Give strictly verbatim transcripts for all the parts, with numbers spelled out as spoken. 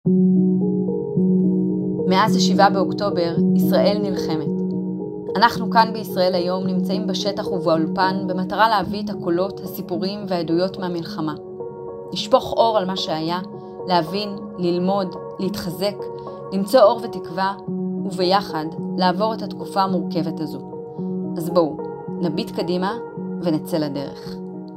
מאז השבעה באוקטובר, ישראל נלחמת. אנחנו כאן בישראל היום נמצאים בשטח ובאולפן במטרה להביא את הקולות, הסיפורים והעדויות מהמלחמה. לשפוך אור על מה שהיה, להבין, ללמוד, להתחזק, למצוא אור ותקווה, וביחד לעבור את התקופה המורכבת הזו. אז בואו, נביט קדימה ונצא לדרך.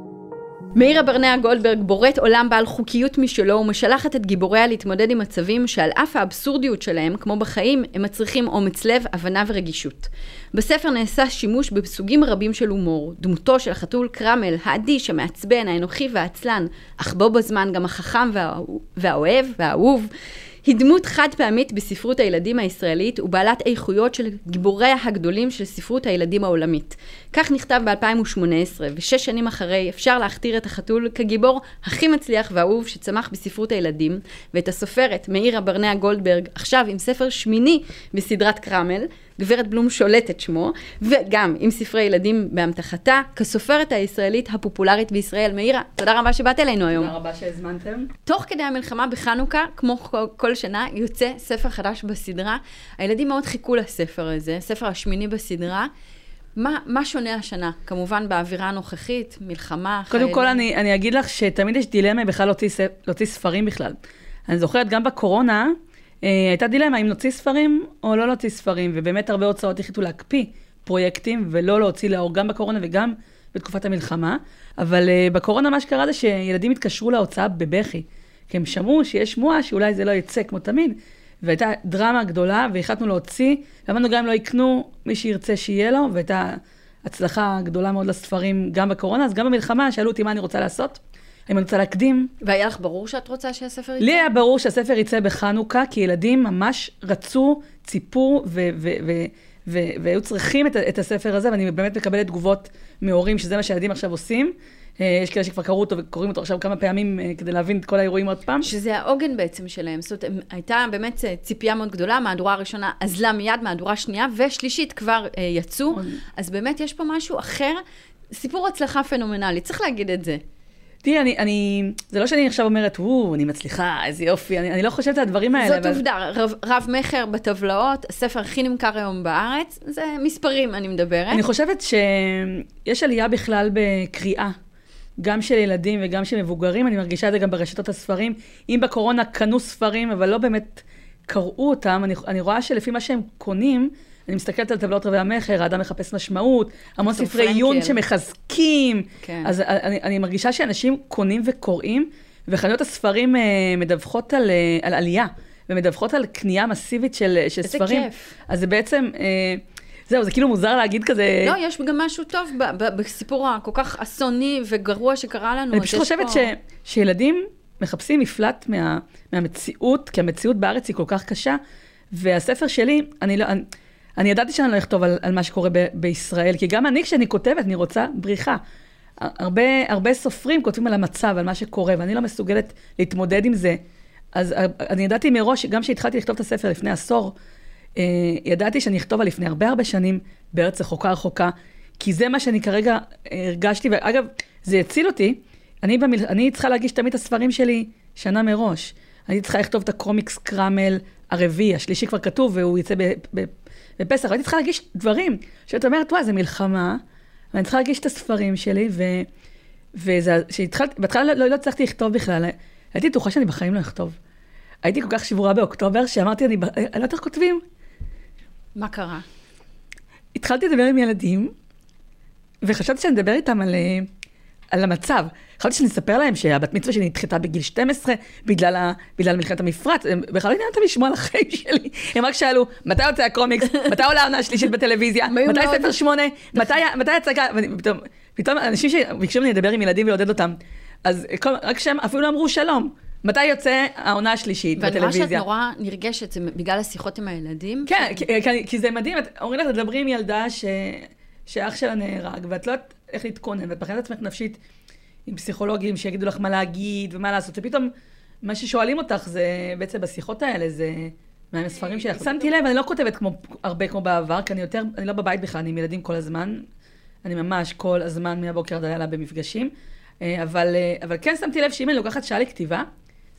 מאירה ברנע גולדברג בוראת עולם בעל חוקיות משלו ומשלחת את גיבוריה להתמודד עם מצבים שעל אף האבסורדיות שלהם, כמו בחיים, הם מצריכים אומץ לב, הבנה ורגישות. בספר נעשה שימוש בסוגים רבים של הומור, דמותו של החתול קרמל, האדיש, המעצבן, האנוכי והעצלן, אך בו בזמן גם החכם והאוהב והאהוב, היא דמות חד פעמית בספרות הילדים הישראלית ובעלת איכויות של גיבוריה הגדולים של ספרות הילדים העולמית. כך נכתב ב-אלפיים ושמונה עשרה, ושש שנים אחרי אפשר להכתיר את החתול כגיבור הכי מצליח ואהוב שצמח בספרות הילדים, ואת הסופרת מאירה ברנע גולדברג עכשיו עם ספר שמיני בסדרת קרמל, גברת בלום שולטת שמו, וגם עם ספרי ילדים באמתחתה, כסופרת הישראלית הפופולרית בישראל. מאירה, תודה רבה שבאת אלינו היום. תודה רבה שהזמנתם. תוך כדי המלחמה בחנוכה, כמו כל שנה, יוצא ספר חדש בסדרה. הילדים מאוד חיכו לספר הזה, ספר השמיני בסדרה. מה, מה שונה השנה? כמובן באווירה הנוכחית, מלחמה, קודם חיילים. כל אני, אני אגיד לך שתמיד יש דילמה בכלל להוציא, להוציא ספרים בכלל. אני זוכרת גם בקורונה, הייתה דילמה אם נוציא ספרים או לא להוציא ספרים, ובאמת הרבה הוצאות החליטו להקפיא פרויקטים ולא להוציא לאור גם בקורונה וגם בתקופת המלחמה. אבל uh, בקורונה מה שקרה זה שילדים התקשרו להוצאה בבכי, כי הם שמעו שיש שמועה שאולי זה לא יצא כמו תמיד, והייתה דרמה גדולה והחלטנו להוציא, ואמרנו גם אם לא יקנו מי שירצה שיהיה לו, והייתה הצלחה גדולה מאוד לספרים גם בקורונה, אז גם במלחמה שאלו אותי מה אני רוצה לעשות. אני רוצה להקדים. והיה לך ברור שאת רוצה שהספר יצא? לי היה ברור שהספר יצא בחנוכה, כי ילדים ממש רצו, ציפו, והיו צריכים את הספר הזה, ואני באמת מקבלת תגובות מהורים, שזה מה שהילדים עכשיו עושים. יש כאלה שכבר קראו אותו, וקוראים אותו עכשיו כמה פעמים, כדי להבין את כל האירועים עוד פעם. שזה העוגן בעצם שלהם. זאת אומרת, הייתה באמת ציפייה מאוד גדולה, מהדורה הראשונה אזלה מיד, מהדורה שנייה, ושלישית כבר יצאו. אז באמת יש פה משהו אחר, סיפור הצלחה פנומנלי, צריך להגיד את זה. תראי, אני, אני, זה לא שאני עכשיו אומרת, וואו, אני מצליחה, איזה יופי, אני, אני לא חושבת על הדברים האלה. זאת אבל... עובדה, רב, רב מחר בטבלאות, הספר הכי נמכר היום בארץ, זה מספרים, אני מדברת. אני חושבת שיש עלייה בכלל בקריאה, גם של ילדים וגם של מבוגרים, אני מרגישה את זה גם ברשתות הספרים. אם בקורונה קנו ספרים, אבל לא באמת קראו אותם, אני, אני רואה שלפי מה שהם קונים, אני מסתכלת על טבלאות רבי המחר, האדם מחפש משמעות, המון ספרי עיון שמחזקים. כן. אז אני, אני מרגישה שאנשים קונים וקוראים, וחנויות הספרים מדווחות על, על עלייה, ומדווחות על קנייה מסיבית של, של ספרים. כיף. אז זה בעצם, זהו, זה כאילו מוזר להגיד כזה... לא, יש גם משהו טוב ב- ב- בסיפור הכל כך אסוני וגרוע שקרה לנו. אני פשוט חושבת פה... ש, שילדים מחפשים מפלט מה, מהמציאות, כי המציאות בארץ היא כל כך קשה, והספר שלי, אני לא... אני, אני ידעתי שאני לא אכתוב על, על מה שקורה ב, בישראל, כי גם אני, כשאני כותבת, אני רוצה בריחה. הרבה, הרבה סופרים כותבים על המצב, על מה שקורה, ואני לא מסוגלת להתמודד עם זה. אז אני ידעתי מראש, גם כשהתחלתי לכתוב את הספר לפני עשור, אה, ידעתי שאני אכתוב על לפני הרבה הרבה שנים, בארץ רחוקה רחוקה, כי זה מה שאני כרגע הרגשתי, ואגב, זה הציל אותי. אני, במל... אני צריכה להגיש תמיד את הספרים שלי שנה מראש. אני צריכה לכתוב את הקומיקס קרמל הרביעי, השלישי כבר כתוב, והוא יצא ב... ב... בפסח, הייתי צריכה להגיש דברים, שאת אומרת, וואי, זה מלחמה, ואני צריכה להגיש את הספרים שלי, ו... וזה, שהתחלתי, בהתחלה לא, לא הצלחתי לכתוב בכלל, הייתי בטוחה שאני בחיים לא אכתוב. הייתי כל כך שבורה באוקטובר, שאמרתי, אני, אני לא יודעת איך כותבים. מה קרה? התחלתי לדבר עם ילדים, וחשבתי שאני אדבר איתם על, על המצב. חשבתי שאני אספר להם שהבת מצווה שלי נדחתה בגיל שתים עשרה, בגלל, ה, בגלל מלחמת המפרץ. הם בכלל לא עניינת לשמוע על החיים שלי. הם רק שאלו, מתי יוצא הקומיקס? מתי עולה העונה השלישית בטלוויזיה? מתי ספר שמונה? מתי, מתי הצגה? פתאום, פתאום אנשים שביקשו ממני לדבר עם ילדים ולעודד אותם, אז רק שהם אפילו לא אמרו שלום. מתי יוצא העונה השלישית בטלוויזיה? ואני רואה שאת נורא נרגשת, זה בגלל השיחות עם הילדים? כן, כי, כי זה מדהים. אומרים לך, תדברי עם ילדה ש, שאח שלה נהרג, ואת לא יודעת איך להתכונן, ואת פחדת עצמך נפשית עם פסיכולוגים שיגידו לך מה להגיד ומה לעשות, ופתאום מה ששואלים אותך זה בעצם בשיחות האלה, זה מהם הספרים שלך. שמתי לב, אני לא כותבת כמו, הרבה כמו בעבר, כי אני יותר, אני לא בבית בכלל, אני עם ילדים כל הזמן, אני ממש כל הזמן מהבוקר עד הלילה במפגשים, אבל, אבל כן שמתי לב שאם אני לוקחת שעה לכתיבה,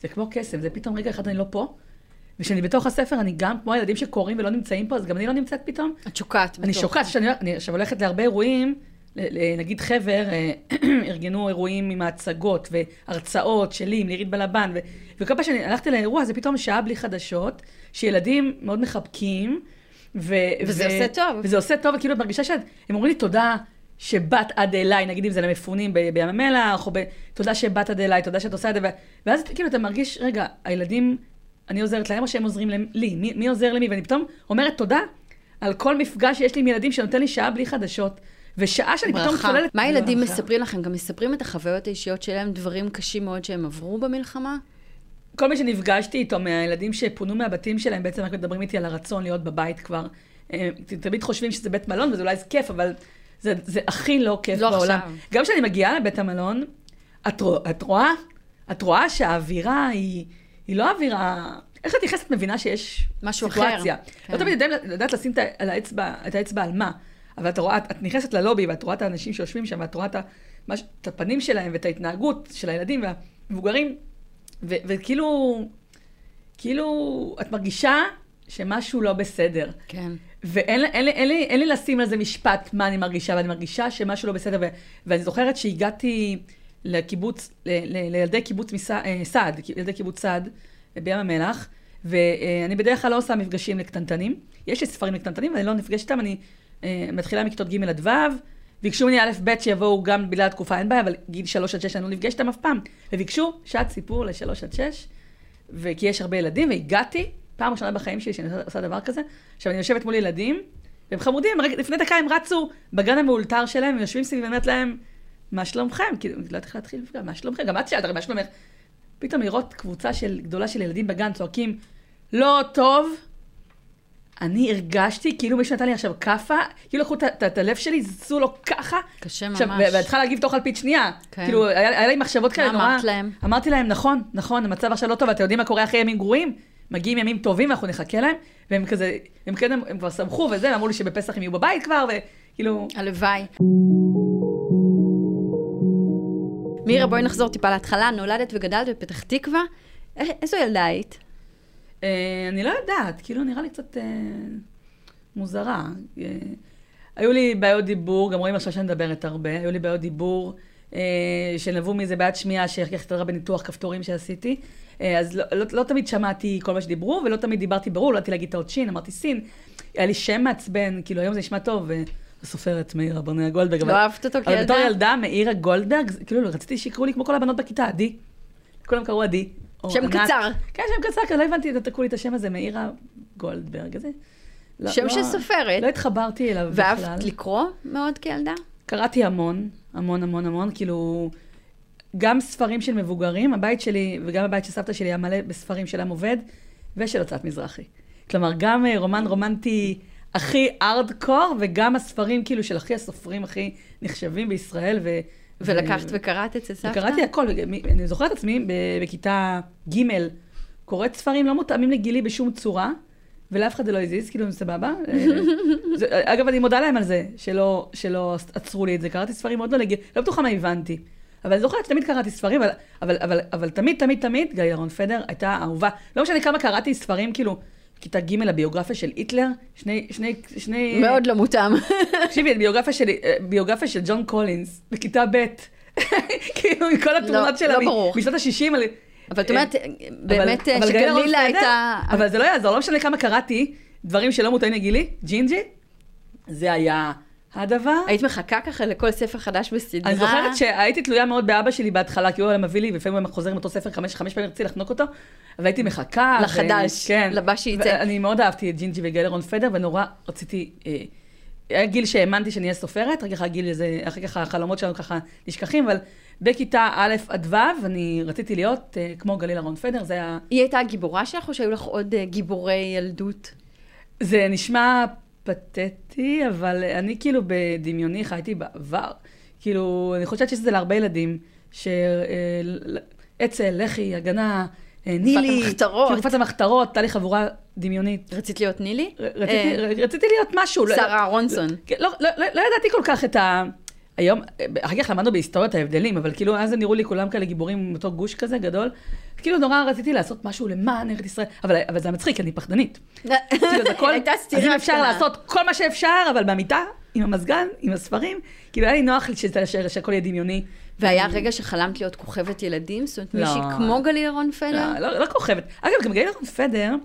זה כמו קסם, זה פתאום רגע אחד אני לא פה, ושאני בתוך הספר, אני גם, כמו הילדים שקוראים ולא נמצאים פה, אז גם אני לא נמצאת פתאום. את שוקעת. אני שוקעת, אני עכשיו הולכת להרבה אירועים, נגיד חבר, ארגנו אירועים עם ההצגות והרצאות שלי, עם לירית בלבן, וכל פעם שאני הלכתי לאירוע, זה פתאום שעה בלי חדשות, שילדים מאוד מחבקים, וזה עושה טוב. וזה עושה טוב, וכאילו את מרגישה שהם אומרים לי תודה שבאת עד אליי, נגיד אם זה למפונים בים המלח, או תודה שבאת עד אליי, תודה שאת עושה את זה, ואז כאילו אתה מרגיש, רגע, הילדים, אני עוזרת להם או שהם עוזרים לי, מי, מי עוזר למי, ואני פתאום אומרת תודה על כל מפגש שיש לי עם ילדים שנותן לי שעה בלי חדשות, ושעה שאני פתאום צוללת... מה הילדים מספרים לכם? גם מספרים את החוויות האישיות שלהם, דברים קשים מאוד שהם עברו במלחמה? כל מי שנפגשתי איתו מהילדים שפונו מהבתים שלהם, בעצם רק מדברים איתי על הרצון להיות בבית כבר. תמיד חושבים שזה בית מלון, וזה אולי זה כיף, אבל זה, זה הכי לא כיף לא בעולם. עכשיו. גם כשאני מגיעה לבית המלון, את, את רואה, את רואה שהאווירה היא, היא לא אווירה... איך את נכנסת מבינה שיש משהו סיטואציה? אחר. לא תמיד יודעת לשים את האצבע, את האצבע על מה. אבל את רואה, את נכנסת ללובי, ואת רואה את האנשים שיושבים שם, ואת רואה את, המש, את הפנים שלהם, ואת ההתנהגות של הילדים והמבוגרים, ו, וכאילו, כאילו, את מרגישה שמשהו לא בסדר. כן. ואין אין, אין, אין, אין לי לשים על זה משפט מה אני מרגישה, ואני מרגישה שמשהו לא בסדר, ו, ואני זוכרת שהגעתי לקיבוץ, ל, ל, לילדי קיבוץ מסע, סעד, ילדי קיבוץ סעד, בים המלח, ואני בדרך כלל לא עושה מפגשים לקטנטנים. יש לי ספרים לקטנטנים, ואני לא נפגשת איתם, אני מתחילה מכיתות ג' עד ו', וביקשו ממני א' ב' שיבואו גם בגלל התקופה, אין בעיה, אבל גיל שלוש עד שש אני לא נפגשת איתם אף פעם. וביקשו שעת סיפור לשלוש עד שש, וכי יש הרבה ילדים, והגעתי, פעם ראשונה בחיים שלי שאני עושה דבר כזה, עכשיו אני יושבת מול ילדים, והם חמודים, לפני דקה הם רצו בגן המאולתר שלהם, הם יושבים סביב ואומרת להם, מה שלומכם? כאילו, לא יודעת איך להתחיל לפגע, מה שלומכם? גם את שאלת, הרי מה שלומך? פתאום לראות קבוצה של, גדולה של ילדים בגן צועקים, לא טוב, אני הרגשתי, כאילו מישהו נתן לי עכשיו כפה, כאילו לקחו את הלב שלי, זזו לו ככה. קשה ממש. ואני צריכה להגיב תוך אלפית שנייה. כאילו, היה לי מחשבות כאלה נורא. מה אמרת להם? אמרתי להם, נכון, נכון, המצב עכשיו לא טוב, אתם יודעים מה קורה אחרי ימים גרועים? מגיעים ימים טובים, ואנחנו נחכה להם, והם כזה, הם כזה, הם כבר סמכו וזה, אמרו לי שבפסח הם יהיו בבית כבר, וכאילו... הלוואי. מירה, בואי נחזור טיפה להתחלה, נולדת וגדלת בפתח תקווה. איזו ילדה היית? אני לא יודעת, כאילו נראה לי קצת מוזרה. היו לי בעיות דיבור, גם רואים עכשיו שאני מדברת הרבה, היו לי בעיות דיבור שנבעו מזה בעד שמיעה שהרגיח קצת בניתוח כפתורים שעשיתי, אז לא, לא, לא תמיד שמעתי כל מה שדיברו, ולא תמיד דיברתי ברור, לא הייתי להגיד את האות שין, אמרתי סין, היה לי שם מעצבן, כאילו היום זה נשמע טוב, הסופרת מאירה ברנע גולדברג. לא אהבת אותו כילדה? אבל בתור ילדה, מאירה גולדברג, כאילו רציתי שיקראו לי כמו כל הבנות בכיתה, עדי. כולם קראו עדי. שם קצר. כן, שם קצר, כי לא הבנתי, תקראו לי את השם הזה, מאירה גולדברג, הזה. שם של סופרת. לא התחברתי אליו בכלל. ואהבת לקרוא מאוד כילדה? קראתי המון, המון, המון, המון, כאילו, גם ספרים של מבוגרים, הבית שלי וגם הבית של סבתא שלי היה מלא בספרים של עם עובד ושל הוצאת מזרחי. כלומר, גם רומן רומנטי הכי ארדקור, וגם הספרים כאילו של הכי הסופרים הכי נחשבים בישראל. ו... ולקחת וקראת אצל סבתא? וקראתי הכל, אני זוכרת עצמי בכיתה ג' קוראת ספרים לא מותאמים לגילי בשום צורה, ולאף אחד זה לא הזיז, כאילו, סבבה. אגב, אני מודה להם על זה, שלא, שלא עצרו לי את זה. קראתי ספרים מאוד לא לגיל, לא בטוחה מה הבנתי. אבל אני זוכרת שתמיד קראתי ספרים, אבל, אבל, אבל, אבל תמיד, תמיד, תמיד, גלי לרון פדר הייתה אהובה. לא משנה כמה קראתי ספרים, כאילו, כיתה ג' הביוגרפיה של היטלר, שני, שני, שני... מאוד לא מותאם. תקשיבי, ביוגרפיה של, ביוגרפיה של ג'ון קולינס, בכיתה ב', כאילו, עם כל התמונות שלה, משנות ה-שישים, אבל את אומרת, באמת שגלילה הייתה... אבל זה לא יעזור, לא משנה כמה קראתי דברים שלא מותאמים לגילי, ג'ינג'י, זה היה הדבר. היית מחכה ככה לכל ספר חדש בסדרה? אני זוכרת שהייתי תלויה מאוד באבא שלי בהתחלה, כי הוא היה מביא לי, ולפעמים הוא חוזר עם אותו ספר חמש, חמש פעמים רציתי לחנוק אותו, והייתי מחכה. לחדש, לבא שייצא. אני מאוד אהבתי את ג'ינג'י וגלי לרון פדר, ונורא רציתי... היה גיל שהאמנתי שאני אהיה סופרת, רק ככה גיל איזה, אחר כך החלומות שלנו ככה נשכחים, אבל בכיתה א' עד ו', אני רציתי להיות uh, כמו גלי לרון פדר, זה היה... היא הייתה הגיבורה שלך, או שהיו לך עוד uh, גיבורי ילדות? זה נשמע פתטי, אבל אני כאילו בדמיוני חייתי בעבר. כאילו, אני חושבת שזה להרבה ילדים, שעצל, לחי, הגנה, נילי, תקופת המחתרות, הייתה לי חבורה דמיונית. רצית להיות נילי? רציתי להיות משהו. שרה אהרונסון. לא ידעתי כל כך את ה... היום, אחר כך למדנו בהיסטוריות ההבדלים, אבל כאילו אז נראו לי כולם כאלה גיבורים עם אותו גוש כזה גדול. כאילו נורא רציתי לעשות משהו למען ארץ ישראל, אבל, אבל זה מצחיק, אני פחדנית. כאילו זה הכל, אז אם אפשר לעשות כל מה שאפשר, אבל במיטה, עם המזגן, עם הספרים, כאילו היה לי נוח שהכל יהיה דמיוני. והיה רגע שחלמת להיות כוכבת ילדים? זאת אומרת, מישהי כמו גלי ירון פדר? לא, לא כוכבת. אגב, גם גלי ירון פדר,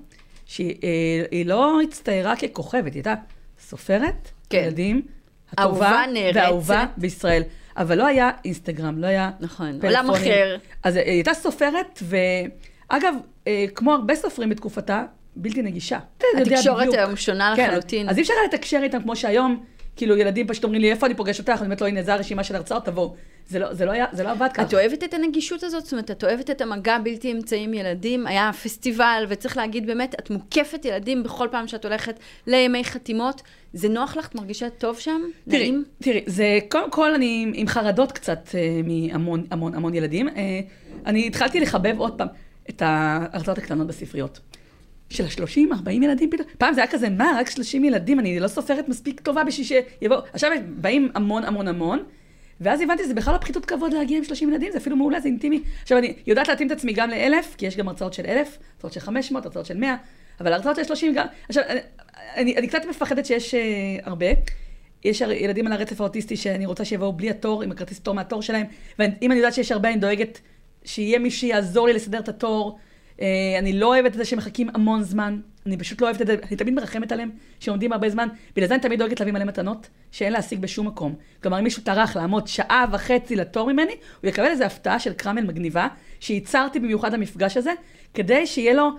שהיא לא הצטיירה ככוכבת, היא הייתה סופרת, ילדים, הטובה והאהובה בישראל. אבל לא היה אינסטגרם, לא היה נכון, עולם אחר. אז היא הייתה סופרת, ואגב, כמו הרבה סופרים בתקופתה, בלתי נגישה. התקשורת היום שונה לחלוטין. אז אי אפשר לתקשר איתם כמו שהיום, כאילו ילדים פשוט אומרים לי, איפה אני פוגש אותך? אני אומרת לו, הנה, זה הרשימה של הרצאות, תבואו. זה לא, זה לא היה, זה לא עבד ככה. את אוהבת את הנגישות הזאת? זאת אומרת, את אוהבת את המגע בלתי אמצעי עם ילדים? היה פסטיבל, וצריך להגיד באמת, את מוקפת ילדים בכל פעם שאת הולכת לימי חתימות. זה נוח לך? את מרגישה טוב שם? תראי, נעים? תראי, זה קודם כל אני עם חרדות קצת מהמון, המון, המון ילדים. אני התחלתי לחבב עוד פעם את ההרצאות הקטנות בספריות. של ה-שלושים ארבעים ילדים פתאום. פעם זה היה כזה, מה, רק שלושים ילדים, אני לא סופרת מספיק טובה בשביל שיבואו. עכשיו באים המון המון המון, ואז הבנתי, זה בכלל לא פחיתות כבוד להגיע עם שלושים ילדים, זה אפילו מעולה, זה אינטימי. עכשיו אני יודעת להתאים את עצמי גם לאלף, כי יש גם הרצאות של אלף, הרצאות של חמש מאות, הרצאות של מאה, אבל הרצאות של שלושים גם. עכשיו, אני, אני, אני קצת מפחדת שיש uh, הרבה. יש ילדים על הרצף האוטיסטי שאני רוצה שיבואו בלי התור, עם הכרטיס תור מהתור שלהם, ואם אני יודעת שיש הרבה, אני דואגת שיהיה מי שיעזור לי לסדר את התור. אני לא אוהבת את זה שמחכים המון זמן, אני פשוט לא אוהבת את זה, אני תמיד מרחמת עליהם שעומדים הרבה זמן, בגלל זה אני תמיד דואגת להביא מלא מתנות שאין להשיג בשום מקום. כלומר, אם מישהו טרח לעמוד שעה וחצי לתור ממני, הוא יקבל איזו הפתעה של קרמל מגניבה, שייצרתי במיוחד המפגש הזה, כדי שיהיה לו,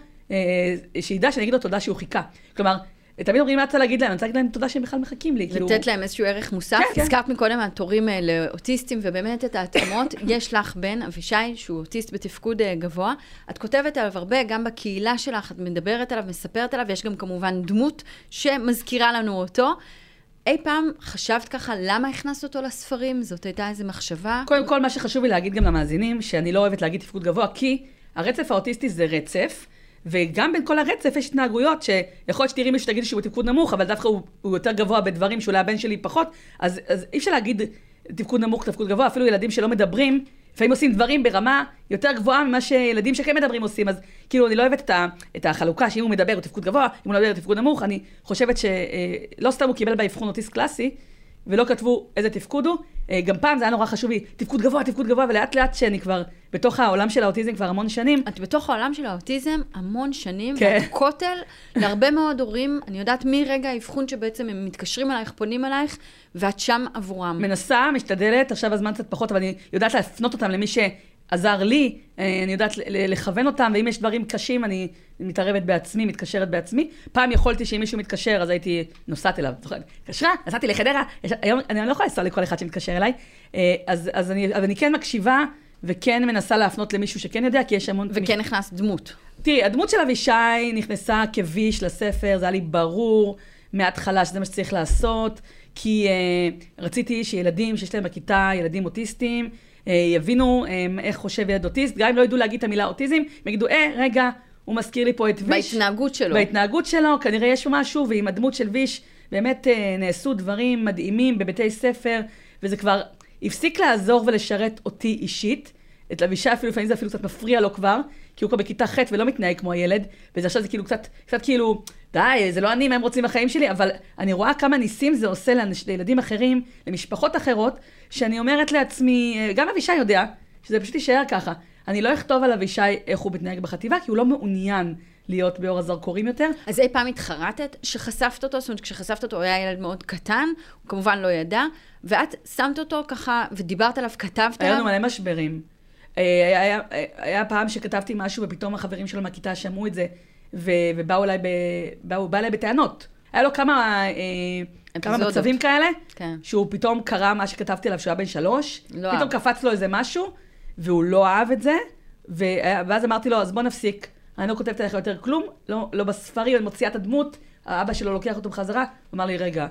שידע שאני אגיד לו תודה שהוא חיכה. כלומר, תמיד אומרים, מה אתה להגיד להם? אני רוצה להגיד להם תודה שהם בכלל מחכים לי. לתת להם איזשהו ערך מוסף. הזכרת מקודם מהתורים לאוטיסטים, ובאמת את ההתאמות. יש לך בן אבישי, שהוא אוטיסט בתפקוד גבוה. את כותבת עליו הרבה, גם בקהילה שלך, את מדברת עליו, מספרת עליו, יש גם כמובן דמות שמזכירה לנו אותו. אי פעם חשבת ככה, למה הכנסת אותו לספרים? זאת הייתה איזו מחשבה? קודם כל, מה שחשוב לי להגיד גם למאזינים, שאני לא אוהבת להגיד תפקוד גבוה, כי הרצף האוטיסטי זה רצף, וגם בין כל הרצף יש התנהגויות שיכול להיות שתראי מישהו שתגידי שהוא בתפקוד נמוך, אבל דווקא הוא, הוא יותר גבוה בדברים שאולי הבן שלי פחות, אז, אז אי אפשר להגיד תפקוד נמוך, תפקוד גבוה, אפילו ילדים שלא מדברים, לפעמים עושים דברים ברמה יותר גבוהה ממה שילדים שכן מדברים עושים, אז כאילו אני לא אוהבת את, ה, את החלוקה, שאם הוא מדבר הוא תפקוד גבוה, אם הוא מדבר הוא תפקוד נמוך, אני חושבת שלא סתם הוא קיבל באבחון אוטיסט קלאסי, ולא כתבו איזה תפקוד הוא. גם פעם זה היה נורא חשוב לי, תפקוד גבוה, תפקוד גבוה, ולאט לאט שאני כבר בתוך העולם של האוטיזם כבר המון שנים. את בתוך העולם של האוטיזם המון שנים, ואת כותל להרבה מאוד הורים, אני יודעת מרגע האבחון שבעצם הם מתקשרים אלייך, פונים אלייך, ואת שם עבורם. מנסה, משתדלת, עכשיו הזמן קצת פחות, אבל אני יודעת להפנות אותם למי שעזר לי, אני יודעת לכוון אותם, ואם יש דברים קשים, אני מתערבת בעצמי, מתקשרת בעצמי. פעם יכולתי שאם מישהו מתקשר, אז הייתי נוסעת אליו. קשרה, נסעתי לחדרה, היום אני לא יכולה לנסוע לכל אחד שמתקשר אליי, אז, אז אני, אבל אני כן מקשיבה, וכן מנסה להפנות למישהו שכן יודע, כי יש המון... וכן נכנס דמות. תראי, הדמות של אבישי נכנסה כביש לספר, זה היה לי ברור מההתחלה שזה מה שצריך לעשות, כי uh, רציתי שילדים שיש להם בכיתה, ילדים אוטיסטים, uh, יבינו um, איך חושב ילד אוטיסט, גם אם לא ידעו להגיד את המילה אוטיזם, הם יגידו, אה, רגע, הוא מזכיר לי פה את ויש. בהתנהגות שלו. בהתנהגות שלו, כנראה יש משהו, ועם הדמות של ויש, באמת uh, נעשו דברים מדהימים בבתי ספר, וזה כבר הפסיק לעזור ולשרת אותי אישית. את אבישי אפילו, לפעמים זה אפילו קצת מפריע לו כבר, כי הוא כבר בכיתה ח' ולא מתנהג כמו הילד, וזה עכשיו זה כאילו קצת, קצת כאילו, די, זה לא אני, מה הם רוצים בחיים שלי, אבל אני רואה כמה ניסים זה עושה לילדים אחרים, למשפחות אחרות, שאני אומרת לעצמי, גם אבישי יודע, שזה פשוט יישאר ככה. אני לא אכתוב על אבישי איך הוא מתנהג בחטיבה, כי הוא לא מעוניין להיות באור הזרקורים יותר. אז אי פעם התחרטת שחשפת אותו, זאת אומרת, כשחשפת אותו, הוא היה ילד מאוד קטן, הוא כמובן לא ידע, ואת שמת אותו ככה, ודיברת עליו, כתבת עליו. היה לנו מלא משברים. היה, היה, היה פעם שכתבתי משהו, ופתאום החברים שלו מהכיתה שמעו את זה, ו, ובאו אליי, ב, באו, בא אליי בטענות. היה לו כמה, אה, כמה מצבים כאלה, כן. שהוא פתאום קרא מה שכתבתי עליו, שהוא היה בן שלוש, לא פתאום אהב. קפץ לו איזה משהו, והוא לא אהב את זה, ו, ואז אמרתי לו, אז בוא נפסיק, אני לא כותבת עליך יותר כלום, לא, לא בספרים, אני מוציאה את הדמות, האבא שלו לוקח אותו בחזרה, הוא אמר לי, רגע,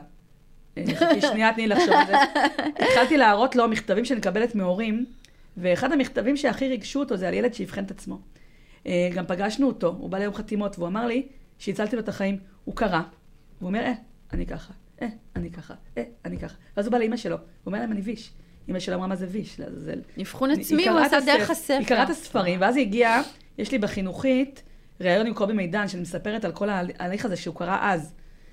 חכי שנייה, תני לחשוב על זה. התחלתי להראות לו מכתבים שנקבלת מהורים, ואחד המכתבים שהכי ריגשו אותו זה על ילד שיבחן את עצמו. גם פגשנו אותו, הוא בא ליום חתימות, והוא אמר לי שהצלתי לו את החיים, הוא קרא, והוא אומר, אה, אני ככה. אה, אני ככה, אה, אני ככה. ואז הוא בא לאמא שלו, הוא אומר להם, אני ויש. אמא שלו אמרה, מה זה ויש? לעזאזל. נבחון עצמי, הוא עשה דרך הספר. היא קראת הספרים, ואז היא הגיעה, יש לי בחינוכית, ראיון עם קובי מידן, שאני מספרת על כל ההליך הזה שהוא קרה אז,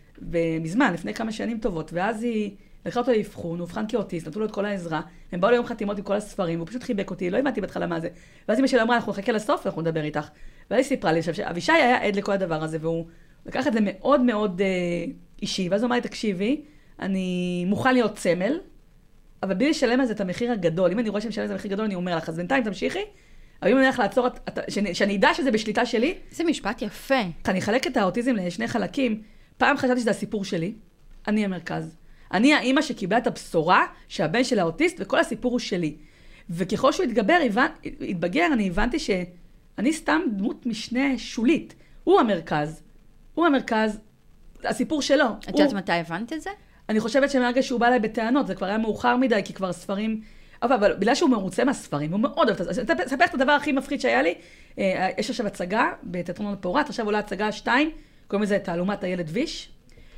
ומזמן, לפני כמה שנים טובות, ואז היא לקחה אותו לאבחון, הוא אובחן כאוטיסט, נתנו לו את כל העזרה, הם באו ליום חתימות עם כל הספרים, הוא פשוט חיבק אותי, לא הבנתי בהתחלה מה זה. ואז אמא שלי אמרה, אנחנו נחכה לסוף ואנחנו נדבר איתך. ואז היא סיפרה לי שאבישי היה עד לכל הדבר הזה, והוא לקח את זה מאוד מאוד אה, אישי, ואז הוא אמר לי, תקשיבי, אני מוכן להיות סמל, אבל בלי לשלם על זה את המחיר הגדול. אם אני רואה שמשלם את המחיר הגדול, אני אומר לך, אז בינתיים תמשיכי, אבל אם אני הולך לעצור, שאני, שאני אדע שזה בשליטה שלי. זה משפט יפה. אני אחלק את האוטיזם לשני חלקים. פעם חשבתי שזה הסיפור שלי, אני המרכז. אני האמא שקיבלה את הבשורה שהבן של האוטיסט, וכל הסיפור הוא שלי. וככל שהוא התגבר, התבגר, אני הבנתי שאני סתם דמות משנה שולית. הוא המרכז. הוא המרכז, הסיפור שלו. את יודעת מתי הבנת את זה? אני חושבת שמהרגע שהוא בא אליי בטענות, זה כבר היה מאוחר מדי, כי כבר הספרים... אבל בגלל שהוא מרוצה מהספרים, הוא מאוד אוהב את זה. אני אספר את הדבר הכי מפחיד שהיה לי. יש עכשיו הצגה בתיאטרון הפורת, עכשיו עולה הצגה שתיים, קוראים לזה תעלומת הילד ויש,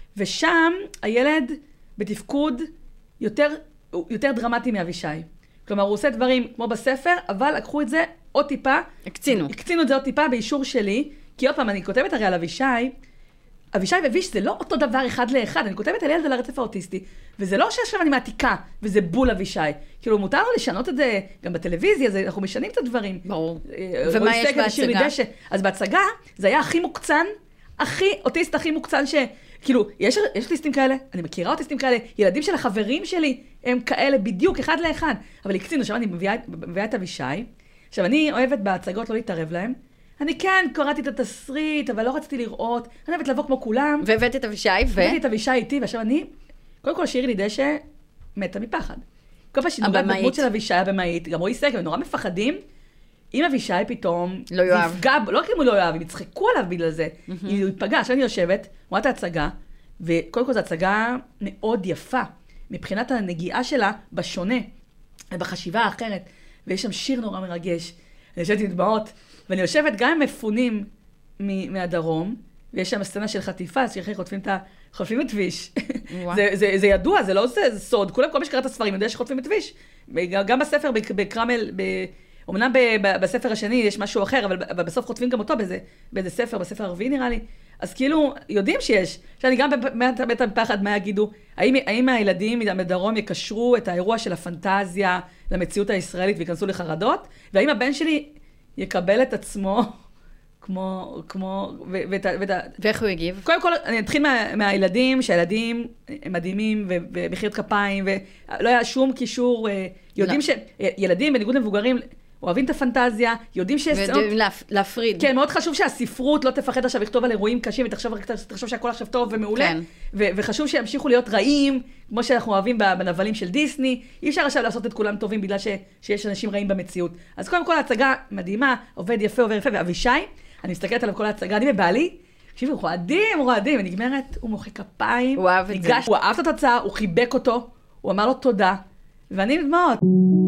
ושם הילד בתפקוד יותר, יותר דרמטי מאבישי. כלומר, הוא עושה דברים כמו בספר, אבל לקחו את זה עוד טיפה. הקצינו. הקצינו את זה עוד טיפה באישור שלי, כי עוד פעם, אני כותבת הרי על אבישי, אבישי וויש זה לא אותו דבר אחד לאחד, אני כותבת על ילד על הרצף האוטיסטי, וזה לא שעכשיו אני מעתיקה, וזה בול אבישי. כאילו, מותר לו לשנות את זה גם בטלוויזיה, זה, אנחנו משנים את הדברים. ברור. ומה יש בהצגה? אז בהצגה, זה היה הכי מוקצן, הכי, אוטיסט הכי מוקצן ש... כאילו, יש, יש אוטיסטים כאלה, אני מכירה אוטיסטים כאלה, ילדים של החברים שלי הם כאלה בדיוק, אחד לאחד. אבל הקצינו, עכשיו אני מביאה, מביאה את אבישי, עכשיו אני אוהבת בהצגות לא להתערב להם, אני כן קראתי את התסריט, אבל לא רציתי לראות, אני אוהבת לבוא כמו כולם. והבאת את אבישי, ו... הבאתי את אבישי איתי, ועכשיו אני, קודם כל שירי לי דשא, מתה מפחד. כל פעם שנוגעת בדמות של אבישי הבמאית, גם רואי סגל, הם נורא מפחדים, אם אבישי פתאום, לא יאהב. יפגע, לא רק אם הוא לא יאהב, הם יצחקו עליו בגלל זה. Mm-hmm. הוא יתפגע, עכשיו אני יושבת, רואה את ההצגה, וקודם כל זו הצגה מאוד יפה, מבחינת הנגיעה שלה בשונה, ובחשיבה האחרת, ויש שם שיר נורא מרגש, אני יושבת עם דמעות, ואני יושבת גם עם מפונים מהדרום, ויש שם סצנה של חטיפה, שאחרי חוטפים את ה... חוטפים את ויש. זה, זה, זה ידוע, זה לא זה, זה סוד. כולם, כל מי שקרא את הספרים יודע שחוטפים את ויש. גם בספר, בקרמל, ב... אמנם בספר השני יש משהו אחר, אבל בסוף חוטפים גם אותו באיזה, באיזה ספר, בספר הרביעי נראה לי. אז כאילו, יודעים שיש. שאני גם בבית הפחד, מה יגידו? האם, האם הילדים מדרום יקשרו את האירוע של הפנטזיה למציאות הישראלית ויכנסו לחרדות? והאם הבן שלי יקבל את עצמו כמו, כמו, ו, ואת, ואת, ואיך הוא יגיב? קודם כל, אני אתחיל מה, מהילדים, שהילדים הם מדהימים ובחיית כפיים, ולא היה שום קישור, יודעים לא. שילדים, בניגוד למבוגרים, אוהבים את הפנטזיה, יודעים שיש... ויודעים להפריד. כן, מאוד חשוב שהספרות לא תפחד עכשיו לכתוב על אירועים קשים, ותחשוב תחשוב שהכל עכשיו טוב ומעולה. כן. ו- וחשוב שימשיכו להיות רעים, כמו שאנחנו אוהבים בנבלים של דיסני. אי אפשר עכשיו לעשות את כולם טובים, בגלל ש- שיש אנשים רעים במציאות. אז קודם כל ההצגה מדהימה, עובד יפה, עובד יפה, ואבישי, אני מסתכלת עליו כל ההצגה, אני ובעלי, תקשיבי, הוא רועדים, הוא רועדים, ונגמרת, הוא מוחא כפיים. הוא אהב את זה. הוא אהב את התוצאה, הוא חיבק אותו, הוא אמר לו תודה, ואני מדמעות.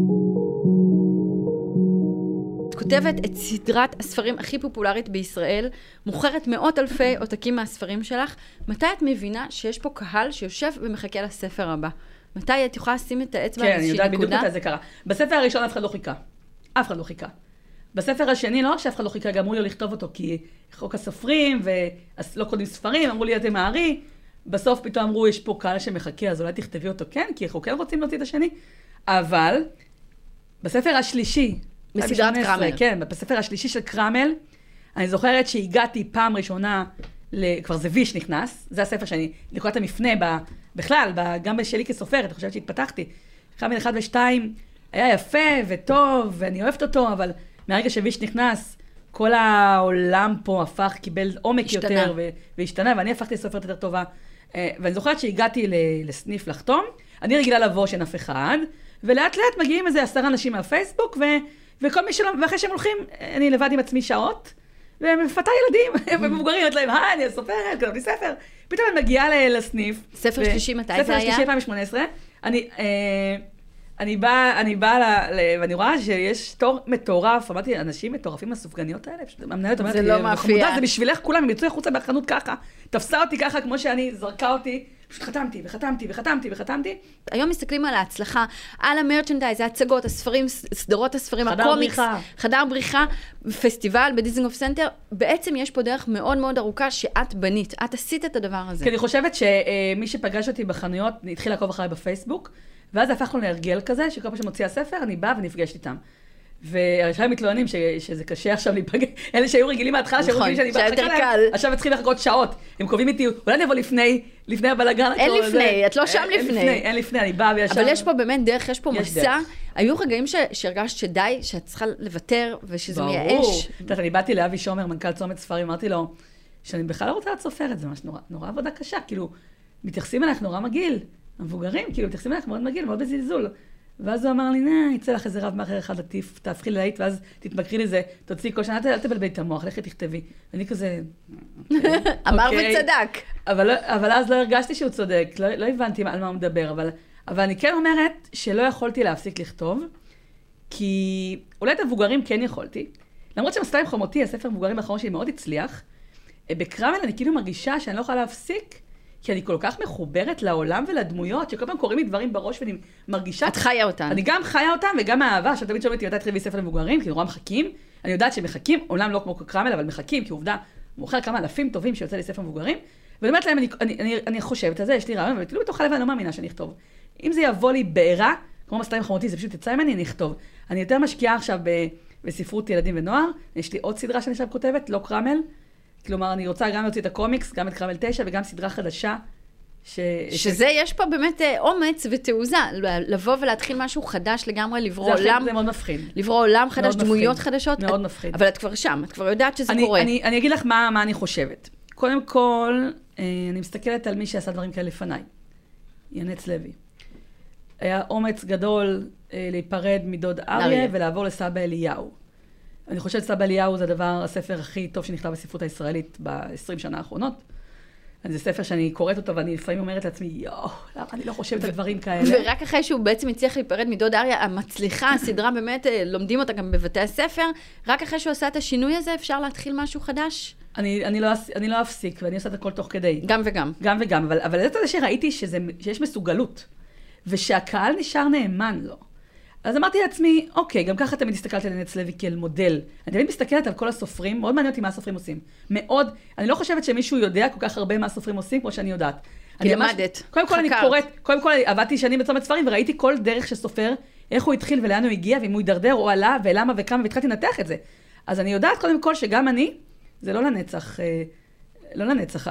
כותבת את סדרת הספרים הכי פופולרית בישראל, מוכרת מאות אלפי עותקים מהספרים שלך. מתי את מבינה שיש פה קהל שיושב ומחכה לספר הבא? מתי את יכולה לשים את האצבע כן, אני יודעת בדיוק מתי זה קרה. בספר הראשון אף אחד לא חיכה. אף אחד לא חיכה. בספר השני לא שאף אחד לא חיכה, גם אמרו לי לכתוב אותו, כי חוק הסופרים, ולא קודם ספרים, אמרו לי אתם מערי. בסוף פתאום אמרו, יש פה קהל שמחכה, אז אולי תכתבי אותו כן, כי אנחנו כן רוצים להוציא את השני. אבל בספר השלישי, בסדרת קרמל. כן, בספר השלישי של קרמל, אני זוכרת שהגעתי פעם ראשונה, כבר זה ויש נכנס, זה הספר שאני, נקודת המפנה, בכלל, גם בשלי כסופרת, אני חושבת שהתפתחתי. קרמל אחד ושתיים היה יפה וטוב, ואני אוהבת אותו, אבל מהרגע שוויש נכנס, כל העולם פה הפך, קיבל עומק השתנה. יותר, והשתנה, ואני הפכתי לסופרת יותר טובה. ואני זוכרת שהגעתי לסניף לחתום, אני רגילה לבוא שאין אף אחד, ולאט לאט מגיעים איזה עשרה אנשים מהפייסבוק, ו... וכל מי שלא, ואחרי שהם הולכים, אני לבד עם עצמי שעות, ומפתה ילדים, הם מבוגרים, את להם, היי, אני סופרת, כתוב לי ספר. פתאום אני מגיעה לסניף. ספר שלישי, מתי זה היה? ספר שלישי, אלפיים ושמונה עשרה. אני, אני באה, אני באה, ואני רואה שיש תור מטורף, אמרתי, אנשים מטורפים הסופגניות האלה, המנהלת אומרת, זה לא מאפייה. זה בשבילך כולם, הם יצאו החוצה בחנות ככה, תפסה אותי ככה, כמו שאני, זרקה אותי, פשוט חתמתי וחתמתי וחתמתי וחתמתי. היום מסתכלים על ההצלחה, על המרצ'נדייז, ההצגות, הספרים, סדרות הספרים, חדר הקומיקס, בריחה. חדר בריחה, פסטיבל בדיזנגוף סנטר, בעצם יש פה דרך מאוד מאוד ארוכה שאת בנית, את עשית את הדבר הזה. כי אני חושבת שמי שפגש אותי בחנויות, התחיל לעקוב אחריי בפייסבוק, ואז זה הפך לו להרגל כזה, שכל פעם שמוציאה ספר, אני באה ונפגשת איתם. והרשעים מתלוננים ש, שזה קשה עכשיו להיפגש, אלה שהיו רגילים מההתחלה, שהיו רגילים שאני באה, שהיה יותר קל. עכשיו צריכים לחכות שעות, הם קובעים איתי, אולי נבוא לפני, לפני הבלגן. אין לפני, את לא שם אין לפני. אין לפני, אני באה וישר. אבל יש פה באמת דרך, יש פה יש מסע, דרך. היו רגעים ש- שהרגשת שדי, שאת צריכה לוותר, ושזה ברור. מייאש. את יודעת, אני באתי לאבי שומר, מנכ"ל צומת ספרים, אמרתי לו, שאני בכלל לא רוצה להיות סופרת, זה ממש נורא, נורא עבודה קשה, כאילו, מתייחסים אליך נורא מגעיל, המבוגרים, כאילו, מתייחסים אליך מאוד מגעיל, מאוד בזלזול. ואז הוא אמר לי, נה, יצא לך איזה רב מאחר אחד לטיף, תהפכי ללהיט, ואז תתמכרי לזה, תוציאי כל שנה, אל תבלבלי את המוח, לכי תכתבי. ואני כזה, אמר אוקיי. וצדק. אבל, אבל אז לא הרגשתי שהוא צודק, לא, לא הבנתי על מה הוא מדבר, אבל, אבל אני כן אומרת שלא יכולתי להפסיק לכתוב, כי אולי את המבוגרים כן יכולתי. למרות שמסתה עם חומותי, הספר המבוגרים האחרון שלי מאוד הצליח, בקרמל אני כאילו מרגישה שאני לא יכולה להפסיק, כי אני כל כך מחוברת לעולם ולדמויות, שכל פעם קוראים לי דברים בראש ואני מרגישה... את חיה אותן. אני גם חיה אותם וגם האהבה, עכשיו תמיד שומעת אותי, אתה תכתבי ספר למבוגרים, כי נורא מחכים. אני יודעת שמחכים, אומנם לא כמו קרמל, אבל מחכים, כי עובדה, מוכר כמה אלפים טובים שיוצא לי ספר מבוגרים. ואני אומרת להם, אני, אני, אני, אני חושבת על זה, יש לי רעיון, אבל כאילו בתוך הלב אני לא מאמינה שאני אכתוב. אם זה יבוא לי בעירה, כמו מסתה עם חמותי, זה פשוט יצא ממני, אני אכתוב. אני יותר משקיעה עכשיו ב, בספרות ילדים ונוער, יש לי עוד סדרה שאני עכשיו כותבת, לא קרמל. כלומר, אני רוצה גם להוציא את הקומיקס, גם את קרמל תשע וגם סדרה חדשה. ש... שזה יש פה באמת אומץ ותעוזה, לבוא ולהתחיל משהו חדש לגמרי, לברוא זה עולם, זה מאוד מפחיד. לברוא עולם חדש, מאוד דמויות מפחיד. חדשות. מאוד את, מפחיד. אבל את כבר שם, את כבר יודעת שזה אני, קורה. אני, אני אגיד לך מה, מה אני חושבת. קודם כל, אני מסתכלת על מי שעשה דברים כאלה לפניי. ינץ לוי. היה אומץ גדול להיפרד מדוד אריה ולעבור לסבא אליהו. אני חושבת סבא אליהו זה הדבר, הספר הכי טוב שנכתב בספרות הישראלית ב-עשרים שנה האחרונות. זה ספר שאני קוראת אותו, ואני לפעמים אומרת לעצמי, יואו, למה אני לא חושבת על דברים כאלה? ורק אחרי שהוא בעצם הצליח להיפרד מדוד אריה, המצליחה, הסדרה באמת, לומדים אותה גם בבתי הספר, רק אחרי שהוא עשה את השינוי הזה, אפשר להתחיל משהו חדש? אני, אני, לא, אני לא אפסיק, ואני עושה את הכל תוך כדי. גם וגם. גם וגם, אבל, אבל זה שראיתי שזה, שיש מסוגלות, ושהקהל נשאר נאמן לו. אז אמרתי לעצמי, אוקיי, גם ככה תמיד הסתכלתי על ינץ לוי כאל מודל. אני תמיד מסתכלת על כל הסופרים, מאוד מעניין אותי מה הסופרים עושים. מאוד, אני לא חושבת שמישהו יודע כל כך הרבה מה הסופרים עושים, כמו שאני יודעת. כי למדת, קודם כל אני חקרת. קוראת, קודם כל עבדתי שנים בצומת ספרים, וראיתי כל דרך של סופר, איך הוא התחיל ולאן הוא הגיע, ואם הוא ידרדר או עלה, ולמה וכמה, והתחלתי לנתח את זה. אז אני יודעת קודם כל שגם אני, זה לא לנצח, לא לנצח,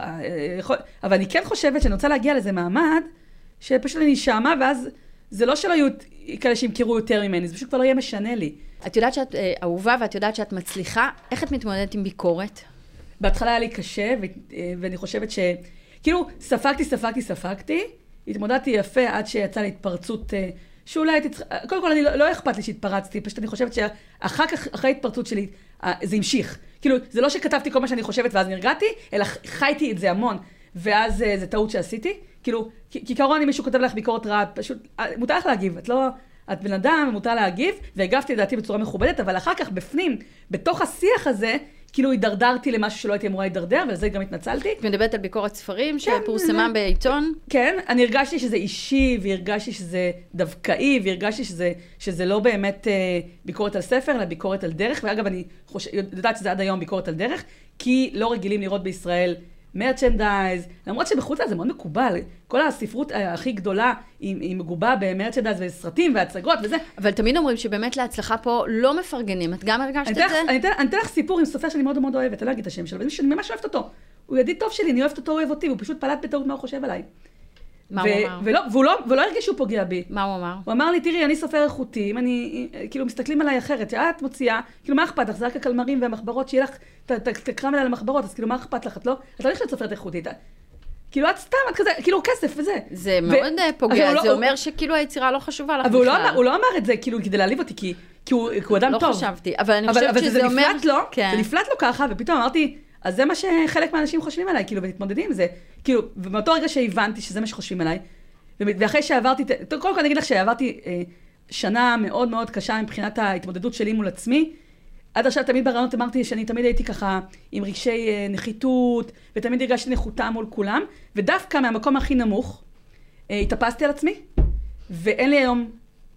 אבל אני כן חושבת שאני רוצה להגיע לזה מעמד, שפשוט אני שמה, ואז זה לא שלא יהיו כאלה שימכרו יותר ממני, זה פשוט כבר לא יהיה משנה לי. את יודעת שאת אה, אהובה ואת יודעת שאת מצליחה, איך את מתמודדת עם ביקורת? בהתחלה היה לי קשה, ו- ואני חושבת ש... כאילו, ספגתי, ספגתי, ספגתי, התמודדתי יפה עד שיצאה לי התפרצות, שאולי הייתי צריכה... קודם כל, אני לא, לא אכפת לי שהתפרצתי, פשוט אני חושבת שאחר כך, אחרי ההתפרצות שלי, זה המשיך. כאילו, זה לא שכתבתי כל מה שאני חושבת ואז נרגעתי, אלא חייתי את זה המון, ואז זה טעות שעשיתי. כאילו, כעיקרון, אם מישהו כותב לך ביקורת רעה, פשוט, מותר לך להגיב, את לא... את בן אדם, מותר להגיב, והגבתי לדעתי בצורה מכובדת, אבל אחר כך בפנים, בתוך השיח הזה, כאילו הידרדרתי למשהו שלא הייתי אמורה להידרדר, ולזה גם התנצלתי. את מדברת על ביקורת ספרים שפורסמה בעיתון? כן, אני הרגשתי שזה אישי, והרגשתי שזה דווקאי, והרגשתי שזה, שזה לא באמת אה, ביקורת על ספר, אלא ביקורת על דרך, ואגב, אני חושב, יודעת שזה עד היום ביקורת על דרך, כי לא רגילים לראות בישראל מרצ'נדייז, למרות שבחוץ זה מאוד מקובל, כל הספרות הכי גדולה היא, היא מגובה במרצ'נדייז וסרטים והצגות וזה. אבל תמיד אומרים שבאמת להצלחה פה לא מפרגנים, את גם הרגשת את זה? אני אתן, אני אתן לך סיפור עם סופר שאני מאוד מאוד אוהבת, אני לא אגיד את השם שלו, אבל שאני ממש אוהבת אותו. הוא ידיד טוב שלי, אני אוהבת אותו, הוא אוהב אותי, והוא פשוט פלט בטעות מה הוא חושב עליי. מה ו- הוא אמר? ולא, והוא לא, ולא הרגיש שהוא פוגע בי. מה הוא אמר? הוא אמר לי, תראי, אני סופר איכותי, אם אני, כאילו, מסתכלים עליי אחרת, שאת מוציאה, כאילו, מה אכפת לך? זה רק הקלמרים והמחברות, שיהיה לך, תקרא מלא על המחברות, אז כאילו, מה אכפת לך? את לא, את לא נכנסת סופרת איכותית. כאילו, את סתם, את כזה, כאילו, כסף וזה. זה מאוד פוגע, זה אומר שכאילו היצירה לא חשובה לך בכלל. אבל הוא לא אמר את זה, כאילו, כדי להעליב אותי, כי הוא אדם טוב. לא חשבתי, אבל אני חושבת שזה אומר... אבל זה נפלט לו, זה נפלט לו ככה, ופתאום אמרתי, אז זה מה שחלק מהאנשים חושבים עליי, כאילו, ותתמודדים עם זה. כאילו, ומאותו רגע שהבנתי שזה מה שחושבים עליי, ואחרי שעברתי, קודם כל אני אגיד לך שעברתי שנה מאוד מאוד קשה מבחינת ההתמודדות שלי מול עצמי, עד עכשיו תמיד ברעיונות אמרתי שאני תמיד הייתי ככה עם רגשי נחיתות, ותמיד הרגשתי נחותה מול כולם, ודווקא מהמקום הכי נמוך, התאפסתי על עצמי, ואין לי היום,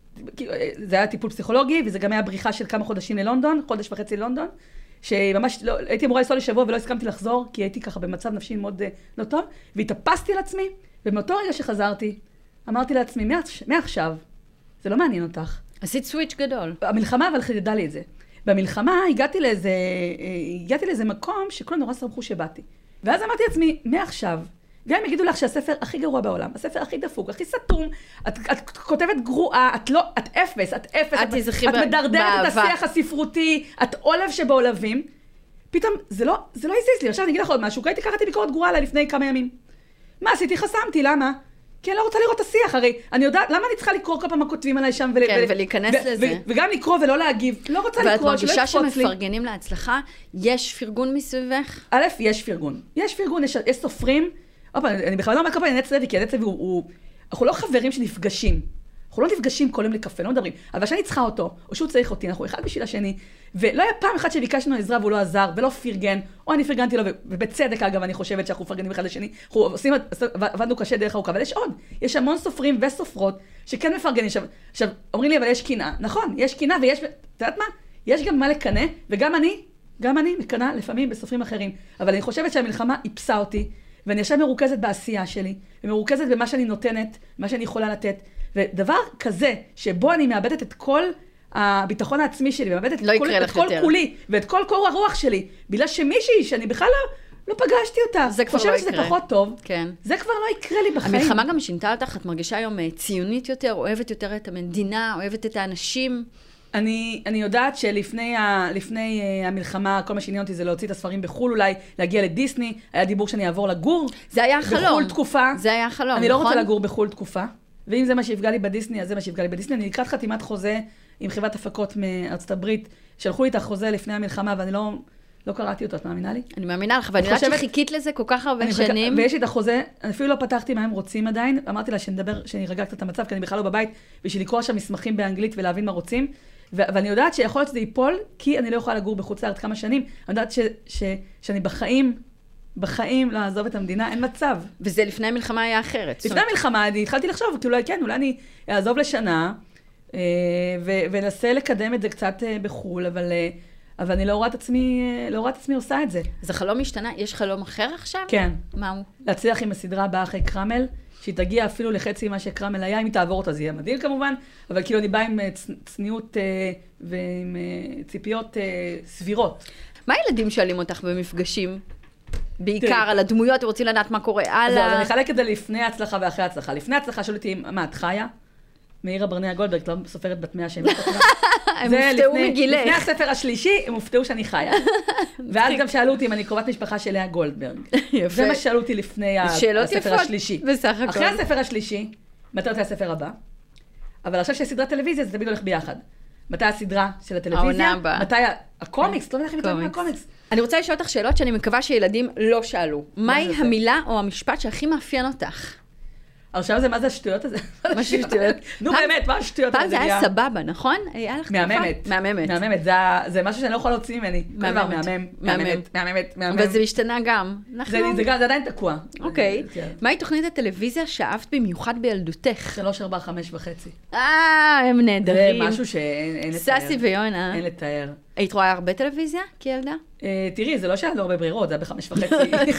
זה היה טיפול פסיכולוגי, וזה גם היה בריחה של כמה חודשים ללונדון, חודש וחצי ללונדון, שממש לא, הייתי אמורה לנסוע לשבוע ולא הסכמתי לחזור, כי הייתי ככה במצב נפשי מאוד לא טוב, והתאפסתי על עצמי, ומאותו רגע שחזרתי, אמרתי לעצמי, מעכשיו, זה לא מעניין אותך. עשית סוויץ' גדול. המלחמה אבל חידדה לי את זה. במלחמה הגעתי לאיזה, הגעתי לאיזה מקום שכולם נורא שמחו שבאתי. ואז אמרתי לעצמי, מעכשיו, גם אם יגידו לך שהספר הכי גרוע בעולם, הספר הכי דפוק, הכי סתום, את, את כותבת גרועה, את לא, את אפס, את אפס, את, את, את מדרדרת את השיח הספרותי, את עולב שבעולבים, פתאום זה לא, זה לא הזיז לי. עכשיו אני אגיד לך עוד משהו, הייתי קראתי ביקורת גרועה עליי לפני כמה ימים. מה עשיתי? חסמתי, למה? כי אני לא רוצה לראות את השיח, הרי אני יודעת, למה אני צריכה לקרוא כל פעם מה כותבים עליי שם, כן, ולהיכנס לזה. וגם לקרוא ולא להגיב, לא רוצה לקרוא, שלא יקפוץ לי. ואת מרגישה שמפרגנים להצלחה, יש פרגון מסביבך? א', יש פרגון. יש פרגון, יש סופרים, אני בכלל לא אומר כל פעם נץ לוי, כי נץ לוי הוא, אנחנו לא חברים שנפגשים. אנחנו לא נפגשים כל יום לקפה, לא מדברים. אבל כשאני צריכה אותו, או שהוא צריך אותי, אנחנו אחד בשביל השני, ולא היה פעם אחת שביקשנו עזרה והוא לא עזר, ולא פרגן, או אני פרגנתי לו, ובצדק אגב, אני חושבת שאנחנו פרגנים אחד לשני, אנחנו עושים, עבדנו קשה דרך ארוכה, אבל יש עוד, יש המון סופרים וסופרות שכן מפרגנים. עכשיו, אומרים לי, אבל יש קנאה. נכון, יש קנאה ויש, אתה יודעת מה? יש גם מה לקנא, וגם אני, גם אני מקנאה לפעמים בסופרים אחרים. אבל אני חושבת שהמלחמה איפסה אותי, ואני עכשיו מרוכזת בעשייה שלי, ומרוכזת במה שאני נותנת, מה שאני יכולה לתת. ודבר כזה, שבו אני מאבדת את כל הביטחון העצמי שלי, ומאבדת לא את כל, את כל כולי, ואת כל קור הרוח שלי, בגלל שמישהי שאני בכלל לא, לא פגשתי אותה, זה כבר לא יקרה. חושבת שזה פחות טוב, כן. זה כבר לא יקרה לי בחיים. המלחמה גם שינתה אותך, את מרגישה היום ציונית יותר, אוהבת יותר את המדינה, אוהבת את האנשים. אני, אני יודעת שלפני ה, לפני המלחמה, כל מה שעניין אותי זה להוציא את הספרים בחול אולי, להגיע לדיסני, היה דיבור שאני אעבור לגור. זה היה חלום. בחול תקופה. זה היה חלום, אני נכון? לא רוצה לגור בחול תקופה. ואם זה מה שיפגע לי בדיסני, אז זה מה שיפגע לי בדיסני. אני לקראת חתימת חוזה עם חברת הפקות מארצות הברית, שלחו לי את החוזה לפני המלחמה, ואני לא, לא קראתי אותו, את מאמינה לי? אני מאמינה לך, ואני יודעת שחיכית לזה כל כך הרבה שנים. ויש לי את החוזה, אני אפילו לא פתחתי מה הם רוצים עדיין, אמרתי לה שנדבר, שאני רגעת את המצב, כי אני בכלל לא בבית, בשביל לקרוא שם מסמכים באנגלית ולהבין מה רוצים. ואני יודעת שיכול להיות שזה ייפול, כי אני לא יכולה לגור בחוץ לארץ כמה שנים. אני יודעת ש, ש, שאני בחיים, בחיים לא אעזוב את המדינה, אין מצב. וזה לפני המלחמה היה אחרת. לפני המלחמה, אני התחלתי לחשוב, כאילו, כן, אולי אני אעזוב לשנה, ונסה לקדם את זה קצת בחול, אבל, אבל אני לא רואה את עצמי, לא רואה את עצמי עושה את זה. אז החלום משתנה? יש חלום אחר עכשיו? כן. מה הוא? להצליח עם הסדרה הבאה אחרי קרמל, שהיא תגיע אפילו לחצי מה שקרמל היה, אם היא תעבור אותה, זה יהיה מדהים כמובן, אבל כאילו אני באה עם צניעות ועם ציפיות סבירות. מה הילדים שואלים אותך במפגשים? בעיקר על הדמויות, רוצים לדעת מה קורה הלאה. אז אני חלק את זה לפני ההצלחה ואחרי ההצלחה. לפני ההצלחה שואלת אותי, מה, את חיה? מאירה ברנע גולדברג, לא סופרת בת מאה שהם. הם הופתעו מגילך. לפני הספר השלישי, הם הופתעו שאני חיה. ואז גם שאלו אותי אם אני קרובת משפחה של לאה גולדברג. יפה. זה מה שאלו אותי לפני הספר השלישי. בסך הכל. אחרי הספר השלישי, מתי אותה הספר הבא? אבל עכשיו שיש סדרת טלוויזיה, זה תמיד הולך ביחד. מתי הסדרה של הטלוויזיה? מתי הקומיקס? לא יודעת איך מתאים הקומיקס. אני רוצה לשאול אותך שאלות שאני מקווה שילדים לא שאלו. מהי המילה או המשפט שהכי מאפיין אותך? עכשיו זה מה זה השטויות הזה? מה שטויות? נו באמת, מה השטויות הזה? פעם זה היה סבבה, נכון? מהממת. מהממת. מהממת, זה משהו שאני לא יכולה להוציא ממני. מהממת. מהממת, מהממת, מהממת. אבל זה משתנה גם. זה עדיין תקוע. אוקיי. מהי תוכנית הטלוויזיה שאהבת במיוחד בילדותך? שלוש, ארבע, חמש וחצי. אה, הם נהדרים. זה משהו שאין לתאר. ססי ויונה. אין לתאר. היית רואה הרבה טלוויזיה כילדה? תראי, זה לא שהיה הרבה ברירות, זה היה בחמש וחצי.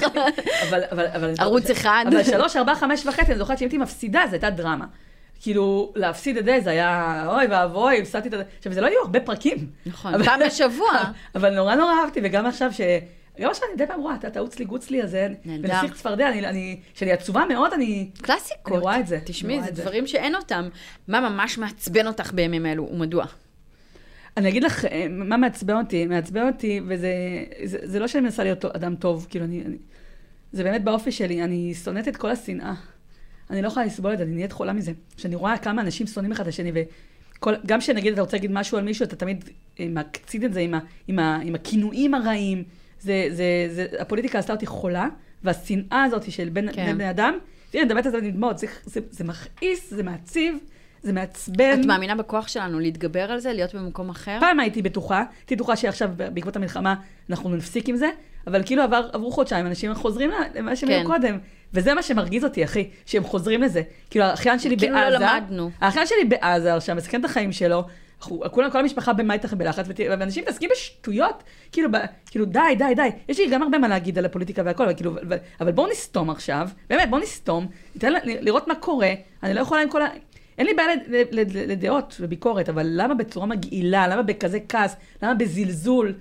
ערוץ אחד. אבל שלוש, ארבע, חמש וחצי, אני זוכרת שאם הייתי מפסידה, זה הייתה דרמה. כאילו, להפסיד את זה, זה היה, אוי ואבוי, הפסדתי את זה. עכשיו, זה לא היו הרבה פרקים. נכון, פעם בשבוע. אבל נורא נורא אהבתי, וגם עכשיו ש... גם עכשיו אני די פעם רואה, אתה תעוץ לי, גוץ לי, אז ונסיך צפרדע, שאני עצובה מאוד, אני... קלאסיקות. אני רואה את זה. תשמעי, זה דברים שאין אותם. מה ממש מעצבן אותך בימים אלו, ומדוע? אני אגיד לך, מה מעצבן אותי? מעצבן אותי, וזה זה, זה לא שאני מנסה להיות אדם טוב, כאילו אני, אני... זה באמת באופי שלי, אני שונאת את כל השנאה. אני לא יכולה לסבול את זה, אני נהיית חולה מזה. שאני רואה כמה אנשים שונאים אחד לשני, וגם כשנגיד אתה רוצה להגיד משהו על מישהו, אתה תמיד מקציד את זה עם, ה, עם, ה, עם הכינויים הרעים. זה, זה, זה, הפוליטיקה עשתה אותי חולה, והשנאה הזאת של בין, כן. בין בני אדם, תראי, אני מדברת על זה נדמות, זה, זה, זה מכעיס, זה מעציב, זה מעצבן. את מאמינה בכוח שלנו להתגבר על זה, להיות במקום אחר? פעם הייתי בטוחה, הייתי בטוחה שעכשיו בעקבות המלחמה אנחנו נפסיק עם זה, אבל כאילו עבר, עברו חודשיים, אנשים חוזרים למה שהם היו קודם. וזה מה שמרגיז אותי, אחי, שהם חוזרים לזה. כאילו, האחיין שלי בעזה, כאילו לא למדנו. האחיין שלי בעזה, עכשיו, מסכן את החיים שלו, כולם, כל המשפחה במייתך בלחץ, ואנשים מתעסקים בשטויות, כאילו, כאילו, די, די, די. יש לי גם הרבה מה להגיד על הפוליטיקה והכל, אבל, כאילו, אבל בואו נסתום עכשיו, באמת, בואו נסתום, ניתן לראות מה קורה, אני לא יכולה עם כל ה... אין לי בעיה לדעות וביקורת, אבל למה בצורה מגעילה, למה בכזה כעס, למה בזלזול?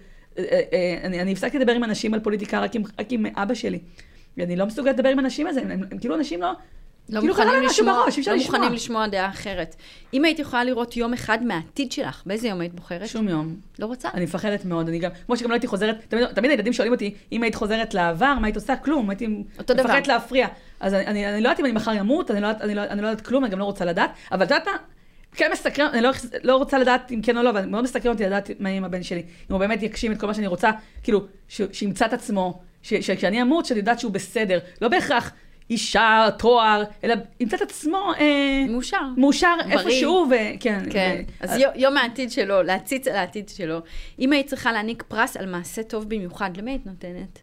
אני הפסקתי לדבר עם אנשים על פוליטיקה רק עם, רק עם אבא שלי. ואני לא מסוגלת לדבר עם אנשים על זה, הם, הם, הם כאילו אנשים לא... לא כאילו מוכנים לשמוע, בראש, לא מוכנים לשמוע דעה אחרת. אם היית יכולה לראות יום אחד מהעתיד שלך, באיזה יום היית בוחרת? שום יום. לא רוצה? אני מפחדת מאוד, אני גם, כמו שגם לא הייתי חוזרת, תמיד, תמיד הילדים שואלים אותי, אם היית חוזרת לעבר, מה היית עושה? כלום, הייתי מפחדת להפריע. אז אני, אני, אני לא יודעת אם אני מחר ימות, אני לא, אני לא, אני לא יודעת כלום, אני גם לא רוצה לדעת, אבל אתה יודעת מה? כן מסתקרן, אני לא, לא רוצה לדעת אם כן או לא, אבל מאוד מסתקרן אותי לדעת מה יהיה עם הבן שלי. אם הוא באמת יקשים את כל מה שאני רוצה, כאילו, שימצא את עצמו, שכשאני אמות, שאני יודעת שהוא בסדר, לא בהכרח אישה, תואר, אלא ימצא את עצמו מאושר. מאושר איפשהו, וכן. כן, אז יום העתיד שלו, להציץ על העתיד שלו. אם היית צריכה להעניק פרס על מעשה טוב במיוחד, למי היית נותנת?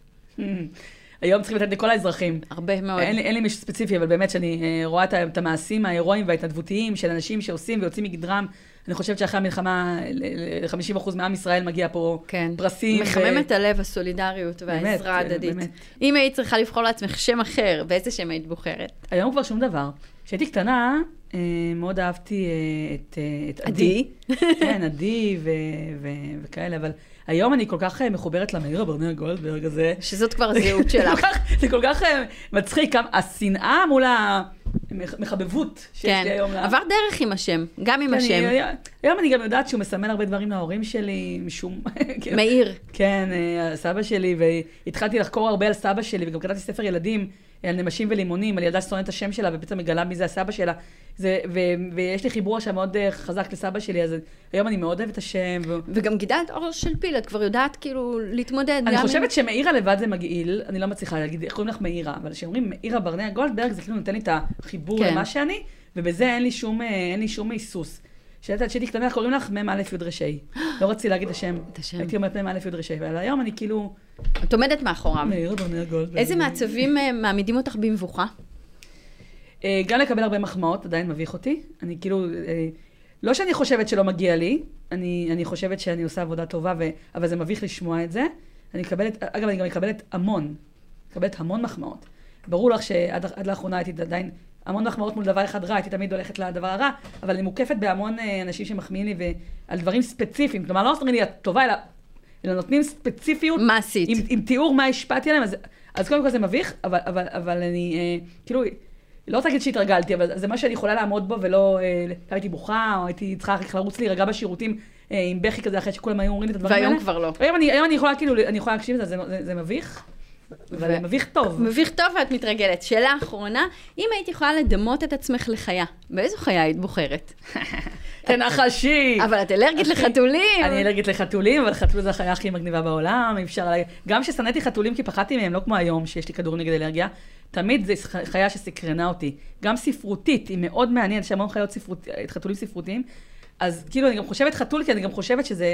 היום צריכים לתת לכל האזרחים. הרבה מאוד. אין לי, אין לי מישהו ספציפי, אבל באמת שאני רואה את המעשים ההירואיים וההתנדבותיים של אנשים שעושים ויוצאים מגדרם. אני חושבת שאחרי המלחמה, ל-חמישים אחוז מעם ישראל מגיע פה כן. פרסים. מחמם את הלב, הסולידריות והעזרה ההדדית. אם היית צריכה לבחור לעצמך שם אחר, באיזה שם היית בוחרת? היום כבר שום דבר. כשהייתי קטנה, מאוד אהבתי את, את עדי. כן, עדי ו- ו- וכאלה, אבל היום אני כל כך מחוברת למאירה ברנע גולדברג הזה. שזאת כבר הזהות שלך. זה כל כך מצחיק, השנאה מול המחבבות שיש לי היום. עבר דרך עם השם, גם עם השם. היום אני גם יודעת שהוא מסמל הרבה דברים להורים שלי, משום... מאיר. כן, סבא שלי, והתחלתי לחקור הרבה על סבא שלי, וגם כתבתי ספר ילדים על נמשים ולימונים, על ילדה ששונאת את השם שלה, ובעצם מגלה מי זה הסבא שלה. זה, ו, ויש לי חיבור עכשיו מאוד חזק לסבא שלי, אז היום אני מאוד אוהבת את השם. ו... וגם גידלת אור של פיל, את כבר יודעת כאילו להתמודד. אני חושבת עם... שמאירה לבד זה מגעיל, אני לא מצליחה להגיד, איך קוראים לך מאירה, אבל כשאומרים מאירה ברנע גולדברג, זה כאילו נותן לי את החיבור כן. למה שאני, ובזה אין לי שום, אין לי שום היסוס. כשהייתי קטנה, קוראים לך מם א' י' רש"י. לא רציתי להגיד השם. את השם. הייתי אומרת מם א' י' רש"י, אבל היום אני כאילו... את עומדת מאחוריו. מאירה ברנע גולדברג. איזה מעצבים מעמידים אותך במבוכה? גם לקבל הרבה מחמאות, עדיין מביך אותי. אני כאילו, לא שאני חושבת שלא מגיע לי, אני, אני חושבת שאני עושה עבודה טובה, ו... אבל זה מביך לשמוע את זה. אני מקבלת, אגב, אני גם מקבלת המון, מקבלת המון מחמאות. ברור לך שעד עד לאחרונה הייתי עדיין המון מחמאות מול דבר אחד רע, הייתי תמיד הולכת לדבר הרע, אבל אני מוקפת בהמון אנשים שמחמיאים לי ועל דברים ספציפיים. כלומר, לא אומרים לי, את טובה, אלא, אלא נותנים ספציפיות. מה עשית? עם, עם תיאור מה השפעתי עליהם. אז, אז קודם כל זה מביך, אבל, אבל, אבל אני, כאילו, לא רוצה להגיד שהתרגלתי, אבל זה מה שאני יכולה לעמוד בו, ולא הייתי בוכה, או הייתי צריכה לרוץ להירגע בשירותים עם בכי כזה, אחרי שכולם היו אומרים את הדברים האלה. והיום כבר לא. היום אני, היום אני יכולה, כאילו, אני יכולה להקשיב את זה, זה, זה מביך, אבל זה מביך טוב. מביך טוב ואת מתרגלת. שאלה אחרונה, אם היית יכולה לדמות את עצמך לחיה, באיזו חיה היית בוחרת? תנחשי. אבל את אלרגית לחתולים. אני אלרגית לחתולים, אבל חתול זה החיה הכי מגניבה בעולם, אפשר לה... גם ששנאתי חתולים כי פחדתי מהם, לא כמו היום שיש לי כדור נגד אלרגיה, תמיד זו חיה שסקרנה אותי. גם ספרותית, היא מאוד מעניינת, יש המון חיות ספרות... חתולים ספרותיים, אז כאילו אני גם חושבת חתול, כי אני גם חושבת שזה,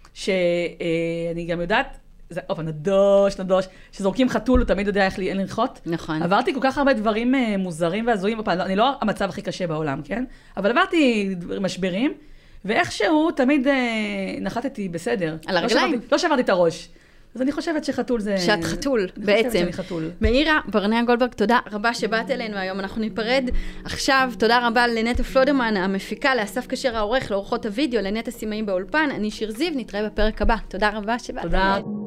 שאני גם יודעת, זה, אופה, נדוש, נדוש, שזורקים חתול, הוא תמיד יודע איך לנחות. נכון. עברתי כל כך הרבה דברים מוזרים והזויים, אני לא המצב הכי קשה בעולם, כן? אבל עברתי משברים, ואיכשהו תמיד נחתתי בסדר. על הרגליים. לא שברתי, לא שברתי את הראש. אז אני חושבת שחתול זה... שאת חתול, בעצם. מאירה ברנע גולדברג, תודה רבה שבאת אלינו היום. אנחנו ניפרד עכשיו. תודה רבה לנטע פלודמן, המפיקה, לאסף כשר העורך, לאורחות הוידאו, לנטע סימאים באולפן. אני שיר זיו, נתראה בפרק הבא. תודה רבה שבאת. תודה.